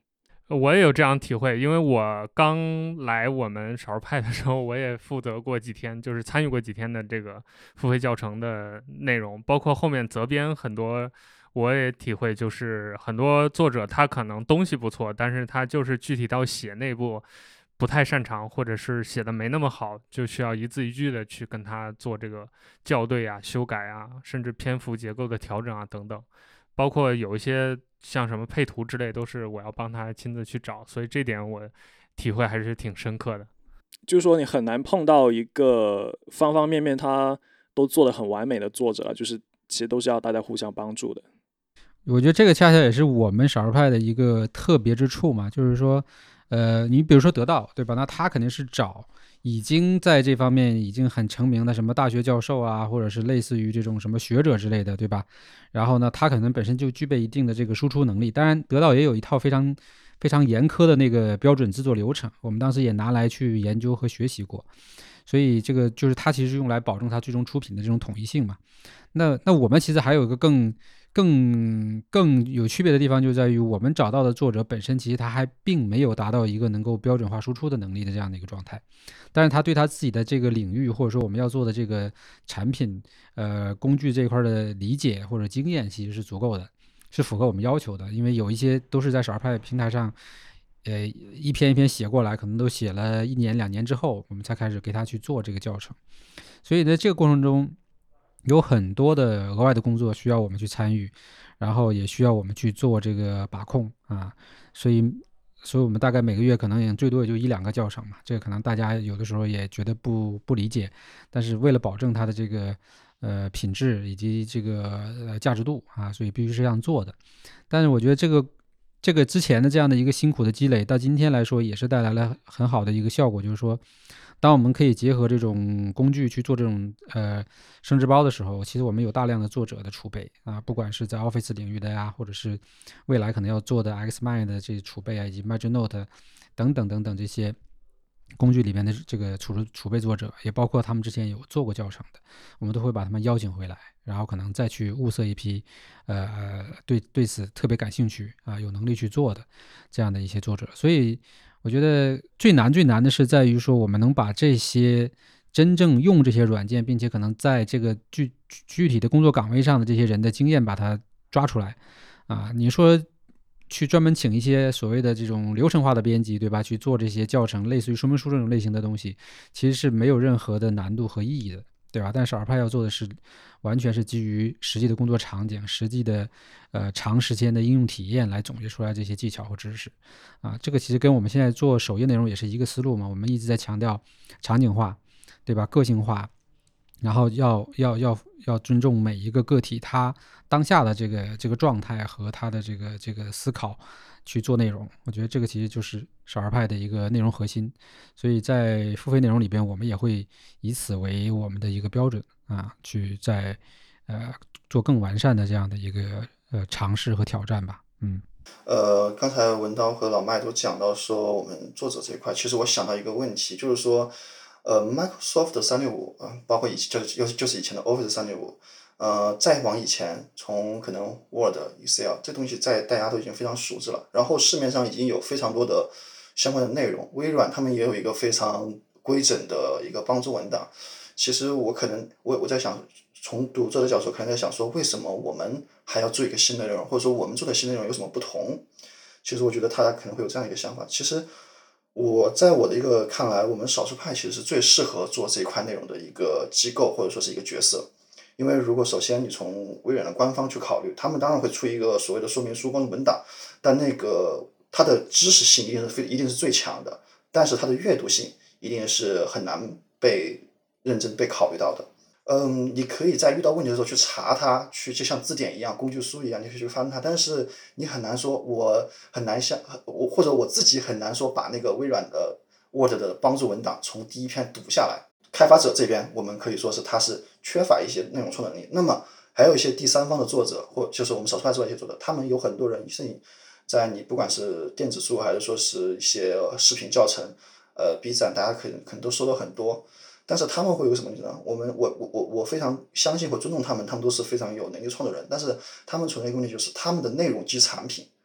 我也有这样体会，因为我刚来我们少数派的时候，我也负责过几天，就是参与过几天的这个付费教程的内容，包括后面责编很多，我也体会，就是很多作者他可能东西不错，但是他就是具体到写那部不太擅长，或者是写的没那么好，就需要一字一句的去跟他做这个校对啊、修改啊，甚至篇幅结构的调整啊等等。包括有一些像什么配图之类，都是我要帮他亲自去找，所以这点我体会还是挺深刻的。 就是说你很难碰到一个方方面面他都做得很完美的作者，就是其实都是要大家互相帮助的。 我觉得这个恰恰也是我们少数派的一个特别之处嘛，就是说，呃，你比如说得到，对吧？那他肯定是找已经在这方面已经很成名的什么大学教授啊，或者是类似于这种什么学者之类的，对吧？然后呢，他可能本身就具备一定的这个输出能力。当然，得到也有一套非常非常严苛的那个标准制作流程，我们当时也拿来去研究和学习过。所以这个就是它其实用来保证它最终出品的这种统一性嘛。那那我们其实还有一个更更更有区别的地方，就在于我们找到的作者本身其实他还并没有达到一个能够标准化输出的能力的这样的一个状态，但是他对他自己的这个领域或者说我们要做的这个产品呃工具这一块的理解或者经验其实是足够的，是符合我们要求的。因为有一些都是在少儿派平台上呃一篇一篇写过来，可能都写了一年两年之后我们才开始给他去做这个教程，所以在这个过程中有很多的额外的工作需要我们去参与，然后也需要我们去做这个把控啊，所以，所以我们大概每个月可能也最多也就一两个教程嘛，这个可能大家有的时候也觉得不不理解，但是为了保证它的这个呃品质以及这个呃价值度啊，所以必须是这样做的。但是我觉得这个这个之前的这样的一个辛苦的积累，到今天来说也是带来了很好的一个效果，就是说。当我们可以结合这种工具去做这种呃生殖包的时候，其实我们有大量的作者的储备啊，不管是在 Office 领域的呀，或者是未来可能要做的 Xmind 的这些储备啊，以及 MagicNote 等等等等这些工具里面的这个储储备作者，也包括他们之前有做过教程的，我们都会把他们邀请回来，然后可能再去物色一批呃对对此特别感兴趣啊，有能力去做的这样的一些作者，所以。我觉得最难最难的是在于说，我们能把这些真正用这些软件，并且可能在这个具具体的工作岗位上的这些人的经验，把它抓出来啊。你说去专门请一些所谓的这种流程化的编辑，对吧？去做这些教程，类似于说明书这种类型的东西，其实是没有任何的难度和意义的。对吧？但少儿派要做的是，完全是基于实际的工作场景、实际的呃长时间的应用体验来总结出来这些技巧和知识，啊，这个其实跟我们现在做首页内容也是一个思路嘛。我们一直在强调场景化，对吧？个性化，然后要要要要尊重每一个个体他当下的这个这个状态和他的这个这个思考去做内容。我觉得这个其实就是少儿派的一个内容核心。所以在付费内容里边，我们也会以此为我们的一个标准啊，去在呃做更完善的这样的一个呃尝试和挑战吧。嗯。 呃，刚才文刀和老麦都讲到说我们作者这一块，其实我想到一个问题，就是说，呃，Microsoft 三六五啊，包括以就是就是就是以前的 Office 三六五，呃，再往以前，从可能 Word、Excel 这东西在大家都已经非常熟知了，然后市面上已经有非常多的相关的内容，微软他们也有一个非常规整的一个帮助文档。其实我可能我我在想，从读者的角度可能在想说，为什么我们还要做一个新的内容，或者说我们做的新内容有什么不同？其实我觉得他可能会有这样一个想法。其实我在我的一个看来，我们少数派其实是最适合做这一块内容的一个机构或者说是一个角色。因为如果首先你从微软的官方去考虑，他们当然会出一个所谓的说明书、光文档，但那个它的知识性一定是非一定是最强的，但是它的阅读性一定是很难被认真被考虑到的。嗯，你可以在遇到问题的时候去查它，去就像字典一样、工具书一样，你可以去翻它，但是你很难说，我很难像我或者我自己很难说把那个微软的 Word 的帮助文档从第一篇读下来。开发者这边，我们可以说是他是缺乏一些内容创能力。那么还有一些第三方的作者，或就是我们少数派做的一些作者，他们有很多人是你在你不管是电子书还是说是一些视频教程，呃 B 站，大家可能可能都收到很多。但是他们会有什么呢？我们我我我我非常相信和尊重他们，他们都是非常有能力创作人。但是他们存在一个问题，就是他们的内容及产品，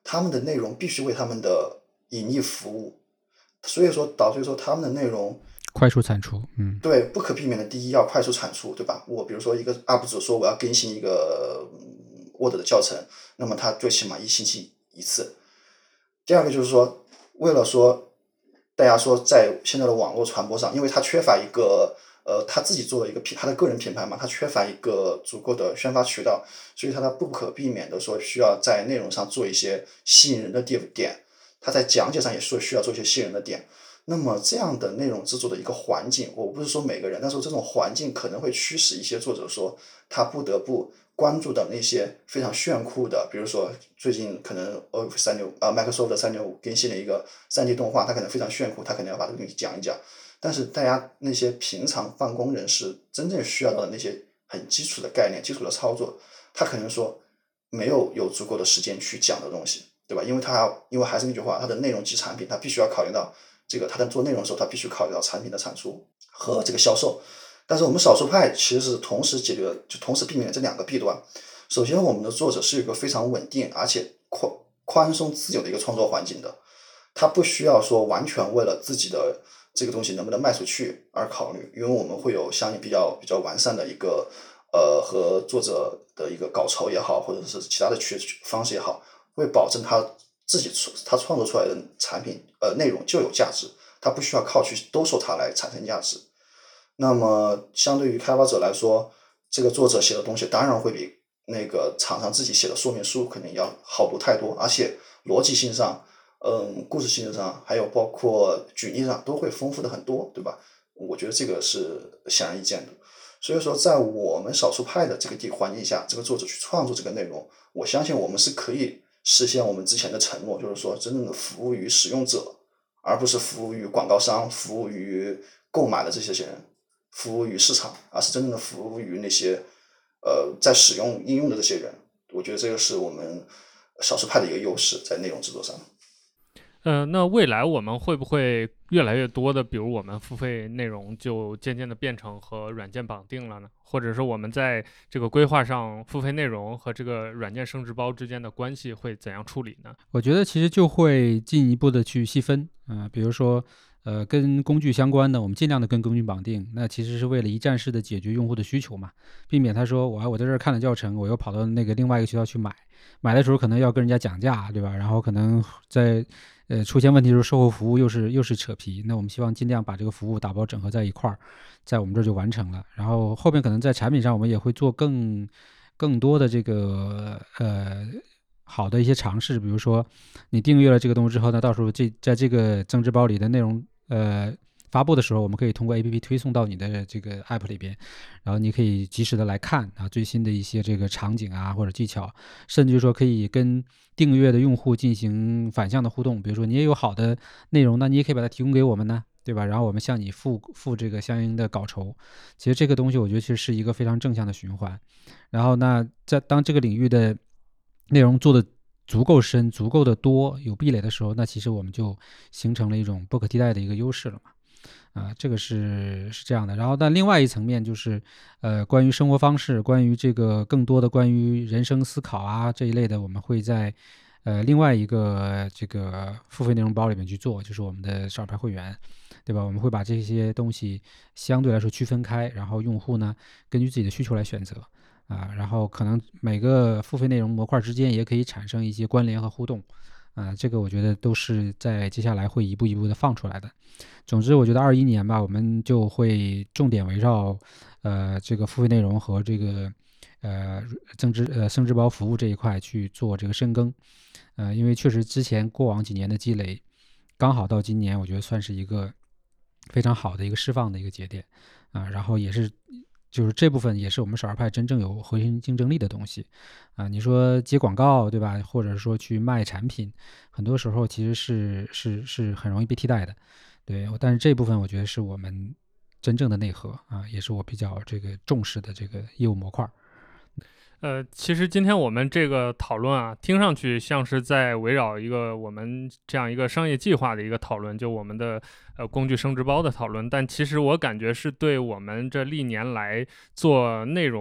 他们的内容必须为他们的盈利服务，所以说导致说他们的内容快速产出，嗯， 对，不可避免的，第一要快速产出，对吧？我比如说一个 U P 主说我要更新一个 Word 的教程，那么他最起码一星期一次。第二个就是说，为了说大家说在现在的网络传播上，因为他缺乏一个呃他自己做了一个品他的个人品牌嘛，他缺乏一个足够的宣发渠道，所以他不可避免的说需要在内容上做一些吸引人的点，他在讲解上也是需要做一些吸引人的点。那么这样的内容制作的一个环境，我不是说每个人，但是这种环境可能会驱使一些作者说他不得不关注的那些非常炫酷的，比如说最近可能 Office 三六啊 Microsoft 三六五更新了一个 三 D 动画，它可能非常炫酷，它可能要把这个东西讲一讲。但是大家那些平常办公人士真正需要的那些很基础的概念、基础的操作，他可能说没有有足够的时间去讲的东西，对吧？因为他因为还是那句话，它的内容及产品，它必须要考虑到这个，他在做内容的时候，他必须考虑到产品的产出和这个销售。但是我们少数派其实是同时解决，就同时避免了这两个弊端。首先，我们的作者是一个非常稳定而且宽宽松自由的一个创作环境的，他不需要说完全为了自己的这个东西能不能卖出去而考虑，因为我们会有相应比较比较完善的一个呃和作者的一个稿酬也好，或者是其他的取方式也好，会保证他自己他创作出来的产品呃内容就有价值，他不需要靠去兜售它来产生价值。那么相对于开发者来说，这个作者写的东西当然会比那个厂商自己写的说明书肯定要好读太多，而且逻辑性上嗯故事性上还有包括举例上都会丰富的很多，对吧？我觉得这个是显而易见的。所以说在我们少数派的这个地环境下，这个作者去创作这个内容，我相信我们是可以实现我们之前的承诺，就是说真正的服务于使用者，而不是服务于广告商，服务于购买的这些人，服务于市场，而是真正的服务于那些呃在使用应用的这些人。我觉得这个是我们少数派的一个优势，在内容制作上。 呃，那未来我们会不会越来越多的，比如我们付费内容就渐渐的变成和软件绑定了呢？或者是我们在这个规划上，付费内容和这个软件生殖包之间的关系会怎样处理呢？ 我觉得其实就会进一步的去细分，啊、呃，比如说，呃，跟工具相关的，我们尽量的跟工具绑定，那其实是为了一站式的解决用户的需求嘛，避免他说我我在这儿看了教程，我又跑到那个另外一个渠道去买，买的时候可能要跟人家讲价，对吧？然后可能在呃出现问题的时候，售后服务又是又是扯皮，那我们希望尽量把这个服务打包整合在一块儿，在我们这儿就完成了。然后后面可能在产品上，我们也会做更更多的这个呃好的一些尝试，比如说你订阅了这个东西之后呢，到时候这在这个增值包里的内容呃发布的时候，我们可以通过 A P P 推送到你的这个 App 里边，然后你可以及时的来看啊最新的一些这个场景啊或者技巧，甚至说可以跟订阅的用户进行反向的互动，比如说你也有好的内容，那你也可以把它提供给我们呢，对吧？然后我们向你付付这个相应的稿酬。其实这个东西我觉得其实是一个非常正向的循环。然后那在当这个领域的内容做的足够深、足够的多、有壁垒的时候，那其实我们就形成了一种不可替代的一个优势了嘛。啊，这个是是这样的。然后但另外一层面就是，呃，关于生活方式，关于这个更多的关于人生思考啊这一类的，我们会在呃另外一个这个付费内容包里面去做，就是我们的少儿派会员，对吧？我们会把这些东西相对来说区分开，然后用户呢根据自己的需求来选择啊，然后可能每个付费内容模块之间也可以产生一些关联和互动。啊，这个我觉得都是在接下来会一步一步的放出来的。总之，我觉得二一年吧，我们就会重点围绕呃这个付费内容和这个呃增值呃生殖包服务这一块去做这个深耕。呃，因为确实之前过往几年的积累，刚好到今年，我觉得算是一个非常好的一个释放的一个节点啊。然后也是。就是这部分也是我们少儿派真正有核心竞争力的东西啊！你说接广告对吧？或者说去卖产品，很多时候其实是是是很容易被替代的，对。但是这部分我觉得是我们真正的内核啊，也是我比较这个重视的这个业务模块。 呃，其实今天我们这个讨论啊，听上去像是在围绕一个我们这样一个商业计划的一个讨论，就我们的呃工具生殖包的讨论。但其实我感觉是对我们这历年来做内容，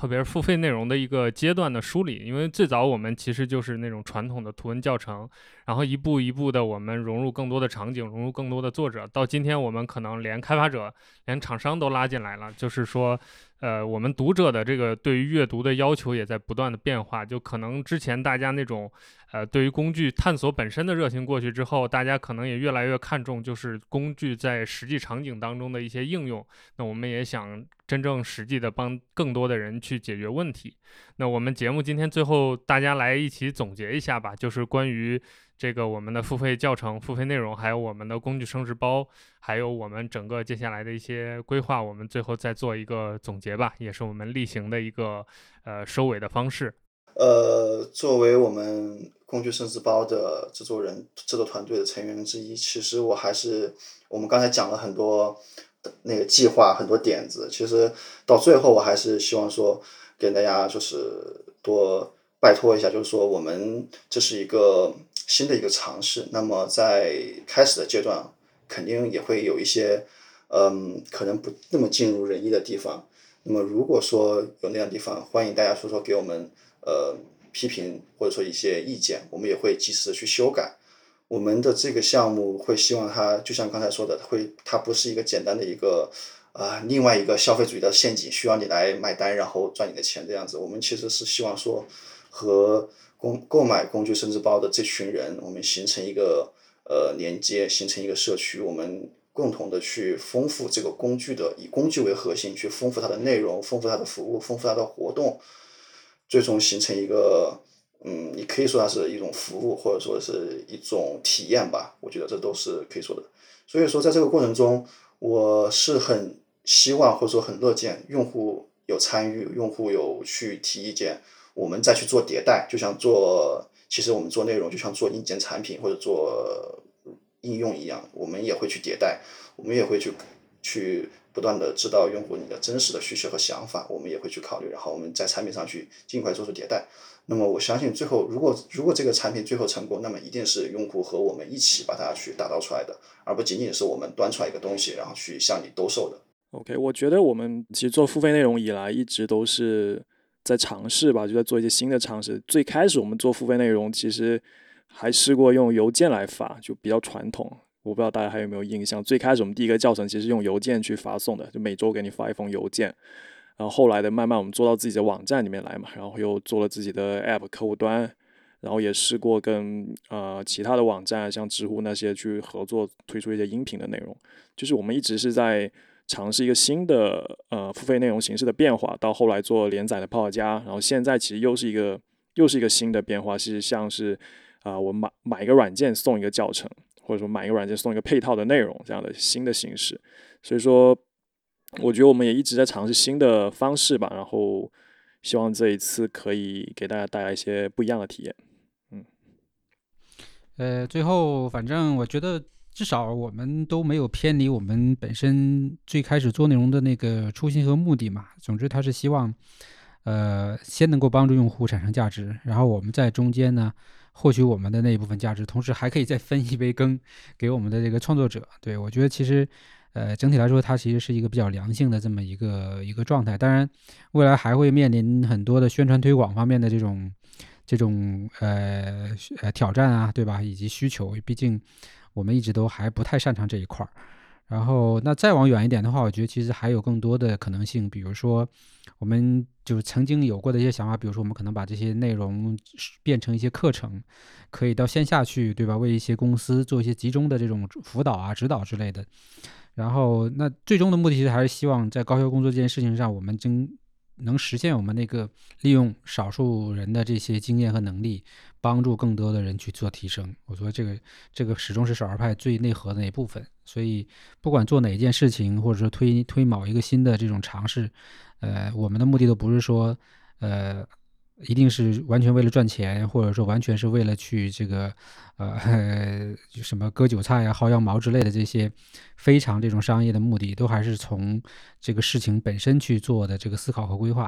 特别是付费内容的一个阶段的梳理。因为最早我们其实就是那种传统的图文教程，然后一步一步的我们融入更多的场景，融入更多的作者，到今天我们可能连开发者连厂商都拉进来了，就是说呃，我们读者的这个对于阅读的要求也在不断的变化。就可能之前大家那种呃对于工具探索本身的热情过去之后，大家可能也越来越看重就是工具在实际场景当中的一些应用。那我们也想真正实际的帮更多的人去解决问题。那我们节目今天最后大家来一起总结一下吧，就是关于这个我们的付费教程、付费内容，还有我们的工具升值包，还有我们整个接下来的一些规划，我们最后再做一个总结吧，也是我们例行的一个呃收尾的方式。 呃，作为我们工具升值包的制作人、制作团队的成员之一，其实我还是我们刚才讲了很多那个计划、很多点子，其实到最后我还是希望说给大家就是多拜托一下，就是说我们这是一个新的一个尝试，那么在开始的阶段肯定也会有一些嗯可能不那么尽如人意的地方。那么如果说有那样的地方，欢迎大家说说给我们呃批评或者说一些意见，我们也会及时的去修改。我们的这个项目会希望它就像刚才说的，会它不是一个简单的一个啊、呃、另外一个消费主义的陷阱，需要你来买单然后赚你的钱这样子。我们其实是希望说和工购买工具升值包的这群人，我们形成一个呃连接，形成一个社区，我们共同的去丰富这个工具的，以工具为核心去丰富它的内容，丰富它的服务，丰富它的活动，最终形成一个嗯，你可以说它是一种服务，或者说是一种体验吧，我觉得这都是可以说的。所以说在这个过程中，我是很希望或者说很乐见用户有参与，用户有去提意见，我们再去做迭代，就像做其实我们做内容就像做硬件产品或者做应用一样，我们也会去迭代，我们也会去去不断的知道用户你的真实的需求和想法，我们也会去考虑，然后我们在产品上去尽快做出迭代。那么我相信最后如果如果这个产品最后成功，那么一定是用户和我们一起把它去打造出来的，而不仅仅是我们端出来一个东西然后去向你兜售的。 OK， 我觉得我们其实做付费内容以来一直都是在尝试吧，就在做一些新的尝试。最开始我们做付费内容其实还试过用邮件来发，就比较传统，我不知道大家还有没有印象。最开始我们第一个教程其实用邮件去发送的，就每周给你发一封邮件。然后后来的慢慢我们做到自己的网站里面来嘛，然后又做了自己的 App 客户端，然后也试过跟呃其他的网站像知乎那些去合作，推出一些音频的内容。就是我们一直是在尝试一个新的呃付费内容形式的变化，到后来做连载的泡泡家，然后现在其实又是一个又是一个新的变化，是像是啊、呃、我买买一个软件送一个教程，或者说买一个软件送一个配套的内容这样的新的形式。所以说我觉得我们也一直在尝试新的方式吧，然后希望这一次可以给大家带来一些不一样的体验。嗯， 呃，最后反正我觉得至少我们都没有偏离我们本身最开始做内容的那个初心和目的嘛。总之，它是希望，呃，先能够帮助用户产生价值，然后我们在中间呢获取我们的那一部分价值，同时还可以再分一杯羹给我们的这个创作者。对，我觉得其实。呃，整体来说，它其实是一个比较良性的这么一个一个状态。当然，未来还会面临很多的宣传推广方面的这种这种呃呃挑战啊，对吧？以及需求，毕竟我们一直都还不太擅长这一块儿。然后，那再往远一点的话，我觉得其实还有更多的可能性，比如说，我们就曾经有过的一些想法，比如说我们可能把这些内容变成一些课程，可以到线下去，对吧？为一些公司做一些集中的这种辅导啊、指导之类的。然后，那最终的目的其实还是希望在高效工作这件事情上，我们真能实现我们那个利用少数人的这些经验和能力，帮助更多的人去做提升。我觉得这个这个始终是少儿派最内核的那一部分。所以，不管做哪一件事情，或者说推推某一个新的这种尝试，呃，我们的目的都不是说，呃。一定是完全为了赚钱，或者说完全是为了去这个呃什么割韭菜呀、薅羊毛之类的这些非常这种商业的目的，都还是从这个事情本身去做的这个思考和规划。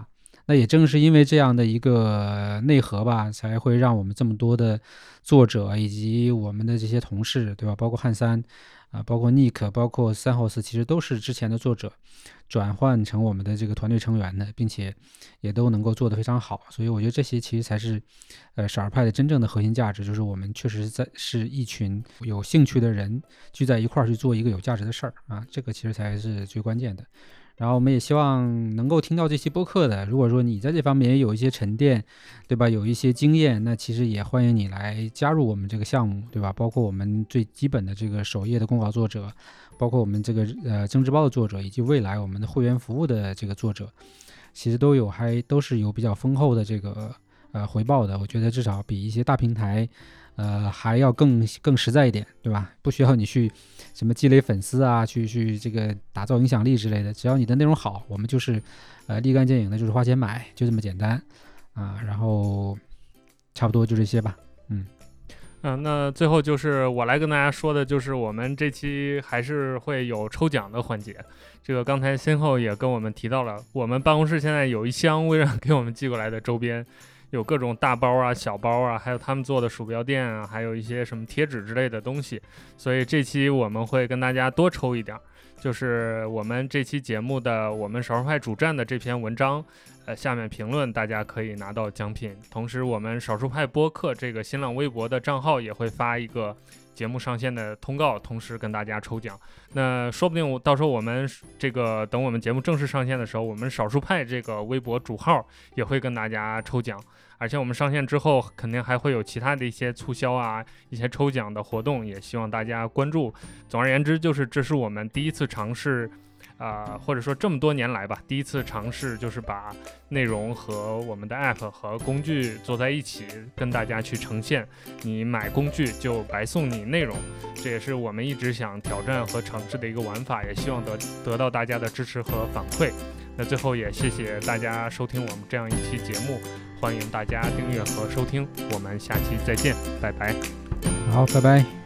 那也正是因为这样的一个内核吧，才会让我们这么多的作者以及我们的这些同事，对吧？包括汉三啊、呃，包括 Nick， 包括三号四，其实都是之前的作者转换成我们的这个团队成员的，并且也都能够做得非常好。所以我觉得这些其实才是呃少儿派的真正的核心价值，就是我们确实在是一群有兴趣的人聚在一块儿去做一个有价值的事儿啊，这个其实才是最关键的。然后我们也希望能够听到这期播客的，如果说你在这方面也有一些沉淀，对吧？有一些经验，那其实也欢迎你来加入我们这个项目，对吧？包括我们最基本的这个首页的公稿作者，包括我们这个呃增值包的作者，以及未来我们的会员服务的这个作者，其实都有还都是有比较丰厚的这个呃回报的。我觉得至少比一些大平台呃还要更更实在一点，对吧？不需要你去什么积累粉丝啊，去去这个打造影响力之类的，只要你的内容好，我们就是呃立竿见影的，就是花钱买，就这么简单啊。然后差不多就这些吧，嗯。 嗯，那最后就是我来跟大家说的，就是我们这期还是会有抽奖的环节。这个刚才先后也跟我们提到了，我们办公室现在有一箱微软给我们寄过来的周边，有各种大包啊、小包啊，还有他们做的鼠标垫啊，还有一些什么贴纸之类的东西。所以这期我们会跟大家多抽一点，就是我们这期节目的我们少数派主站的这篇文章。呃，下面评论大家可以拿到奖品，同时我们少数派播客这个新浪微博的账号也会发一个节目上线的通告，同时跟大家抽奖。那说不定到时候我们这个等我们节目正式上线的时候，我们少数派这个微博主号也会跟大家抽奖，而且我们上线之后肯定还会有其他的一些促销啊，一些抽奖的活动，也希望大家关注。总而言之，就是这是我们第一次尝试啊、呃，或者说这么多年来吧，第一次尝试就是把内容和我们的 app 和工具做在一起，跟大家去呈现。你买工具就白送你内容，这也是我们一直想挑战和尝试的一个玩法，也希望得得到大家的支持和反馈。那最后也谢谢大家收听我们这样一期节目，欢迎大家订阅和收听，我们下期再见，拜拜。 好，拜拜。